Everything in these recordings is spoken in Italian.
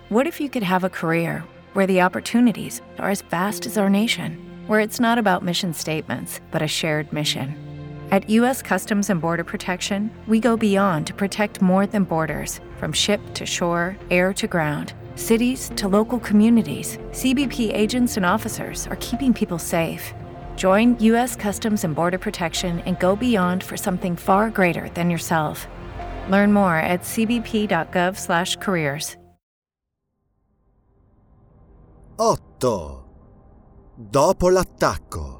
What if you could have a career where the opportunities are as vast as our nation, where it's not about mission statements, but a shared mission? At U.S. Customs and Border Protection, we go beyond to protect more than borders. From ship to shore, air to ground, cities to local communities, CBP agents and officers are keeping people safe. Join U.S. Customs and Border Protection and go beyond for something far greater than yourself. Learn more at cbp.gov/careers. 8. Dopo l'attacco.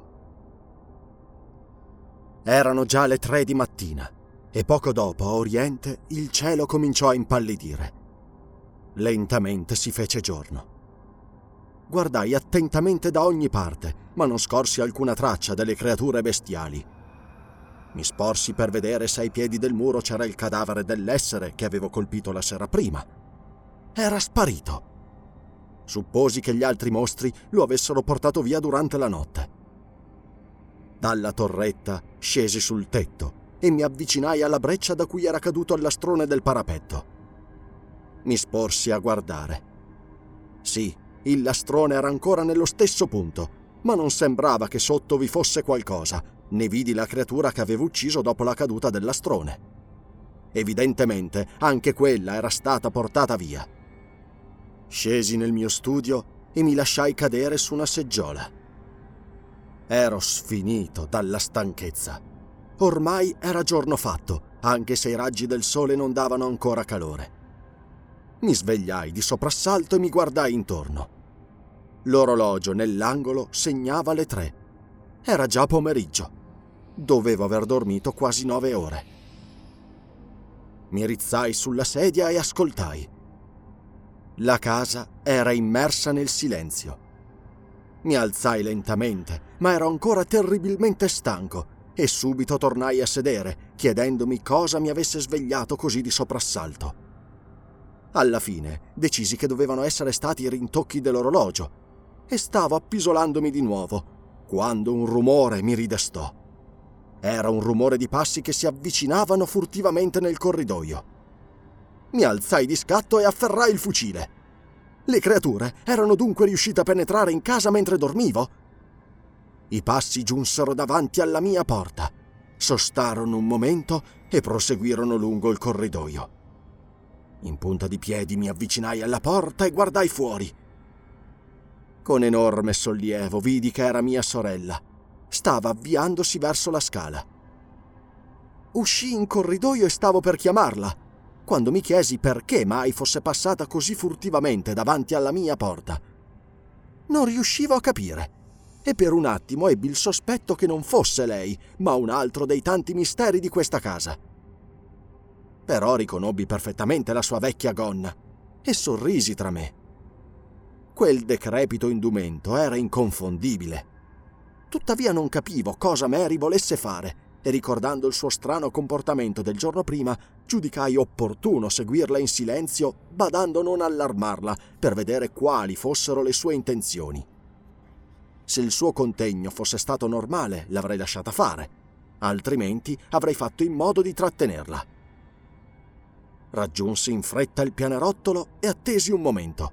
Erano già le 3 di mattina e poco dopo, a oriente, il cielo cominciò a impallidire. Lentamente si fece giorno. Guardai attentamente da ogni parte, ma non scorsi alcuna traccia delle creature bestiali. Mi sporsi per vedere se ai piedi del muro c'era il cadavere dell'essere che avevo colpito la sera prima. Era sparito. Supposi che gli altri mostri lo avessero portato via durante la notte. Dalla torretta scesi sul tetto e mi avvicinai alla breccia da cui era caduto il lastrone del parapetto. Mi sporsi a guardare. Sì, il lastrone era ancora nello stesso punto, ma non sembrava che sotto vi fosse qualcosa, né vidi la creatura che avevo ucciso dopo la caduta del lastrone. Evidentemente anche quella era stata portata via. Scesi nel mio studio e mi lasciai cadere su una seggiola. Ero sfinito dalla stanchezza. Ormai era giorno fatto, anche se i raggi del sole non davano ancora calore. Mi svegliai di soprassalto e mi guardai intorno. L'orologio nell'angolo segnava le 3. Era già pomeriggio. Dovevo aver dormito quasi 9 ore. Mi rizzai sulla sedia e ascoltai. La casa era immersa nel silenzio. Mi alzai lentamente, ma ero ancora terribilmente stanco e subito tornai a sedere, chiedendomi cosa mi avesse svegliato così di soprassalto. Alla fine decisi che dovevano essere stati i rintocchi dell'orologio e stavo appisolandomi di nuovo quando un rumore mi ridestò. Era un rumore di passi che si avvicinavano furtivamente nel corridoio. Mi alzai di scatto e afferrai il fucile. Le creature erano dunque riuscite a penetrare in casa mentre dormivo? I passi giunsero davanti alla mia porta, sostarono un momento e proseguirono lungo il corridoio. In punta di piedi mi avvicinai alla porta e guardai fuori. Con enorme sollievo vidi che era mia sorella. Stava avviandosi verso la scala. Uscii in corridoio e stavo per chiamarla, quando mi chiesi perché mai fosse passata così furtivamente davanti alla mia porta. Non riuscivo a capire, e per un attimo ebbi il sospetto che non fosse lei, ma un altro dei tanti misteri di questa casa. Però riconobbi perfettamente la sua vecchia gonna e sorrisi tra me. Quel decrepito indumento era inconfondibile. Tuttavia non capivo cosa Mary volesse fare e ricordando il suo strano comportamento del giorno prima, giudicai opportuno seguirla in silenzio, badando a non allarmarla per vedere quali fossero le sue intenzioni. Se il suo contegno fosse stato normale, l'avrei lasciata fare, altrimenti avrei fatto in modo di trattenerla. Raggiunsi in fretta il pianerottolo e attesi un momento.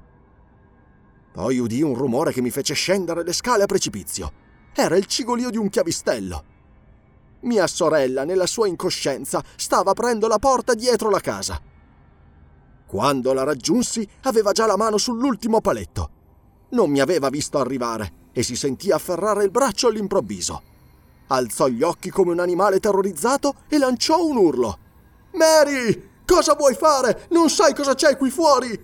Poi udii un rumore che mi fece scendere le scale a precipizio. Era il cigolio di un chiavistello. Mia sorella, nella sua incoscienza, stava aprendo la porta dietro la casa. Quando la raggiunsi, aveva già la mano sull'ultimo paletto. Non mi aveva visto arrivare e si sentì afferrare il braccio all'improvviso. Alzò gli occhi come un animale terrorizzato e lanciò un urlo. «Mary! Cosa vuoi fare? Non sai cosa c'è qui fuori?»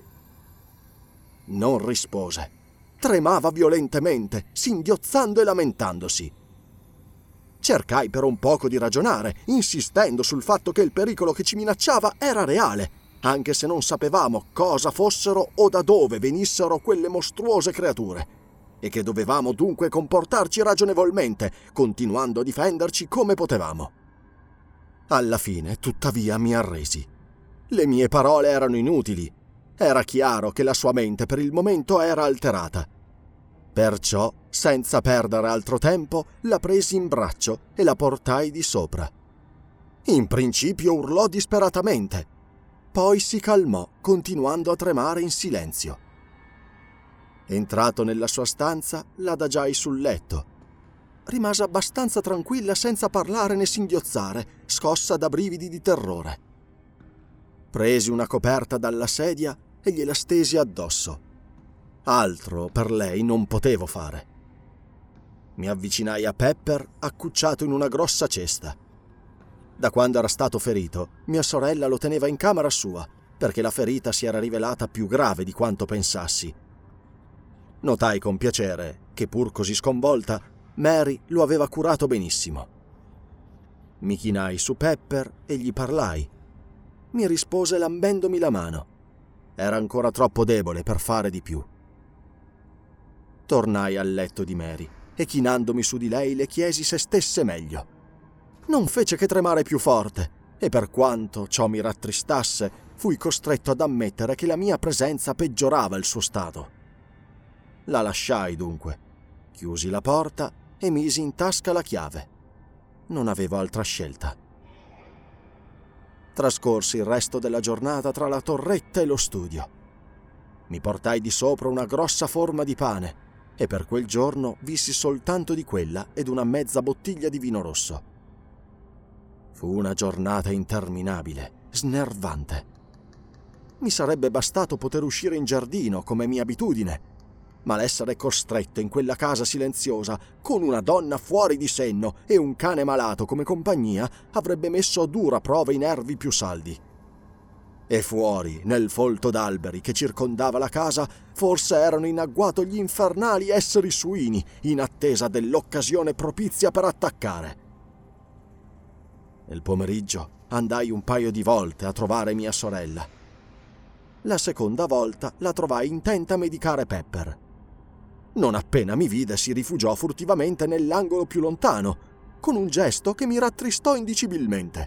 Non rispose. Tremava violentemente, singhiozzando e lamentandosi. Cercai per un poco di ragionare, insistendo sul fatto che il pericolo che ci minacciava era reale, anche se non sapevamo cosa fossero o da dove venissero quelle mostruose creature, e che dovevamo dunque comportarci ragionevolmente, continuando a difenderci come potevamo. Alla fine, tuttavia, mi arresi. Le mie parole erano inutili. Era chiaro che la sua mente per il momento era alterata. Perciò, senza perdere altro tempo, la presi in braccio e la portai di sopra. In principio urlò disperatamente. Poi si calmò, continuando a tremare in silenzio. Entrato nella sua stanza, l'adagiai sul letto. Rimase abbastanza tranquilla senza parlare né singhiozzare, scossa da brividi di terrore. Presi una coperta dalla sedia e gliela stesi addosso. Altro per lei non potevo fare. Mi avvicinai a Pepper, accucciato in una grossa cesta. Da quando era stato ferito, mia sorella lo teneva in camera sua, perché la ferita si era rivelata più grave di quanto pensassi. Notai con piacere che, pur così sconvolta, Mary lo aveva curato benissimo. Mi chinai su Pepper e gli parlai. Mi rispose lambendomi la mano. Era ancora troppo debole per fare di più. Tornai al letto di Mary e, chinandomi su di lei, le chiesi se stesse meglio. Non fece che tremare più forte e, per quanto ciò mi rattristasse, fui costretto ad ammettere che la mia presenza peggiorava il suo stato. La lasciai dunque, chiusi la porta e misi in tasca la chiave. Non avevo altra scelta. Trascorsi il resto della giornata tra la torretta e lo studio. Mi portai di sopra una grossa forma di pane e per quel giorno vissi soltanto di quella ed una mezza bottiglia di vino rosso. Fu una giornata interminabile, snervante. Mi sarebbe bastato poter uscire in giardino come mia abitudine, ma l'essere costretto in quella casa silenziosa, con una donna fuori di senno e un cane malato come compagnia, avrebbe messo a dura prova i nervi più saldi. E fuori, nel folto d'alberi che circondava la casa, forse erano in agguato gli infernali esseri suini, in attesa dell'occasione propizia per attaccare. Nel pomeriggio andai un paio di volte a trovare mia sorella. La seconda volta la trovai intenta a medicare Pepper. Non appena mi vide si rifugiò furtivamente nell'angolo più lontano, con un gesto che mi rattristò indicibilmente.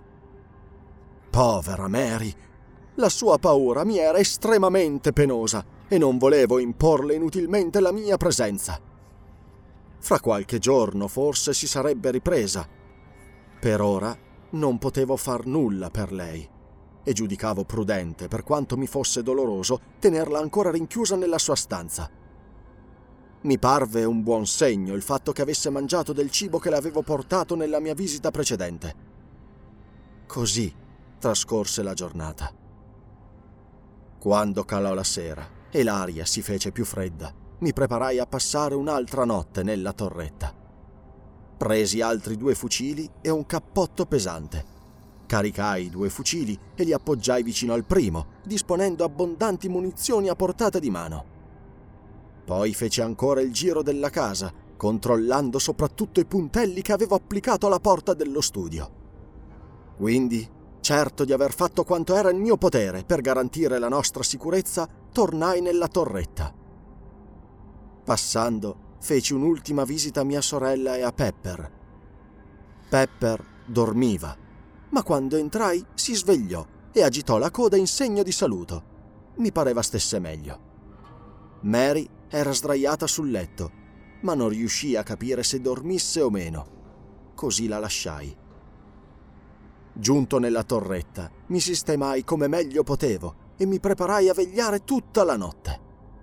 Povera Mary! La sua paura mi era estremamente penosa e non volevo imporle inutilmente la mia presenza. Fra qualche giorno forse si sarebbe ripresa. Per ora non potevo far nulla per lei e giudicavo prudente, per quanto mi fosse doloroso, tenerla ancora rinchiusa nella sua stanza. Mi parve un buon segno il fatto che avesse mangiato del cibo che le avevo portato nella mia visita precedente. Così trascorse la giornata. Quando calò la sera e l'aria si fece più fredda, mi preparai a passare un'altra notte nella torretta. Presi altri 2 fucili e un cappotto pesante. Caricai i 2 fucili e li appoggiai vicino al primo, disponendo abbondanti munizioni a portata di mano. Poi feci ancora il giro della casa, controllando soprattutto i puntelli che avevo applicato alla porta dello studio. Quindi, certo di aver fatto quanto era in mio potere per garantire la nostra sicurezza, tornai nella torretta. Passando, feci un'ultima visita a mia sorella e a Pepper. Pepper dormiva, ma quando entrai si svegliò e agitò la coda in segno di saluto. Mi pareva stesse meglio. Mary era sdraiata sul letto, ma non riuscii a capire se dormisse o meno. Così la lasciai. Giunto nella torretta, mi sistemai come meglio potevo e mi preparai a vegliare tutta la notte.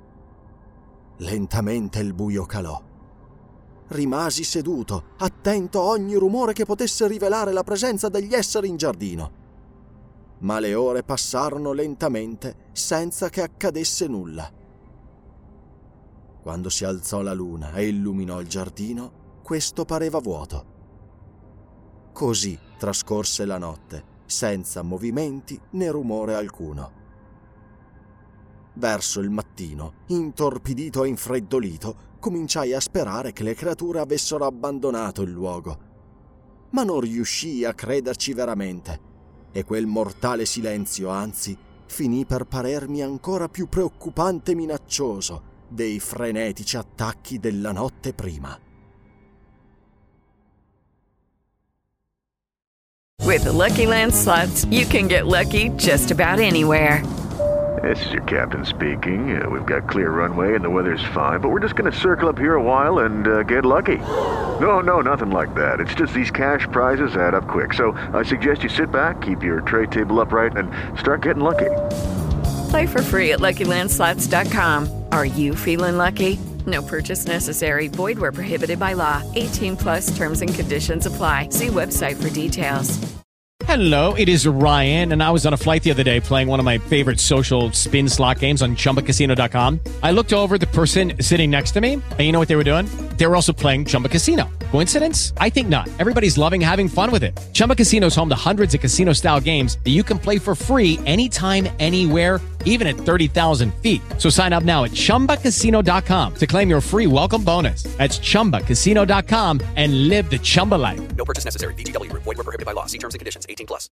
Lentamente il buio calò. Rimasi seduto, attento a ogni rumore che potesse rivelare la presenza degli esseri in giardino. Ma le ore passarono lentamente senza che accadesse nulla. Quando si alzò la luna e illuminò il giardino, questo pareva vuoto. Così trascorse la notte, senza movimenti né rumore alcuno. Verso il mattino, intorpidito e infreddolito, cominciai a sperare che le creature avessero abbandonato il luogo. Ma non riuscii a crederci veramente, e quel mortale silenzio, anzi, finì per parermi ancora più preoccupante e minaccioso dei frenetici attacchi della notte prima. With the Lucky Land Slots, you can get lucky just about anywhere. This is your captain speaking. We've got clear runway and the weather's fine, but we're just going to circle up here a while and get lucky. No, nothing like that. It's just these cash prizes add up quick. So I suggest you sit back, keep your tray table upright, and start getting lucky. Play for free at LuckyLandSlots.com. Are you feeling lucky? No purchase necessary. Void where prohibited by law. 18 plus terms and conditions apply. See website for details. Hello, it is Ryan, and I was on a flight the other day playing one of my favorite social spin slot games on ChumbaCasino.com. I looked over at the person sitting next to me, and you know what they were doing? They were also playing Chumba Casino. Coincidence? I think not. Everybody's loving having fun with it. Chumba Casino is home to hundreds of casino-style games that you can play for free anytime, anywhere, even at 30,000 feet. So sign up now at ChumbaCasino.com to claim your free welcome bonus. That's ChumbaCasino.com and live the Chumba life. No purchase necessary. VGW. Void where prohibited by law. See terms and conditions. 18 plus.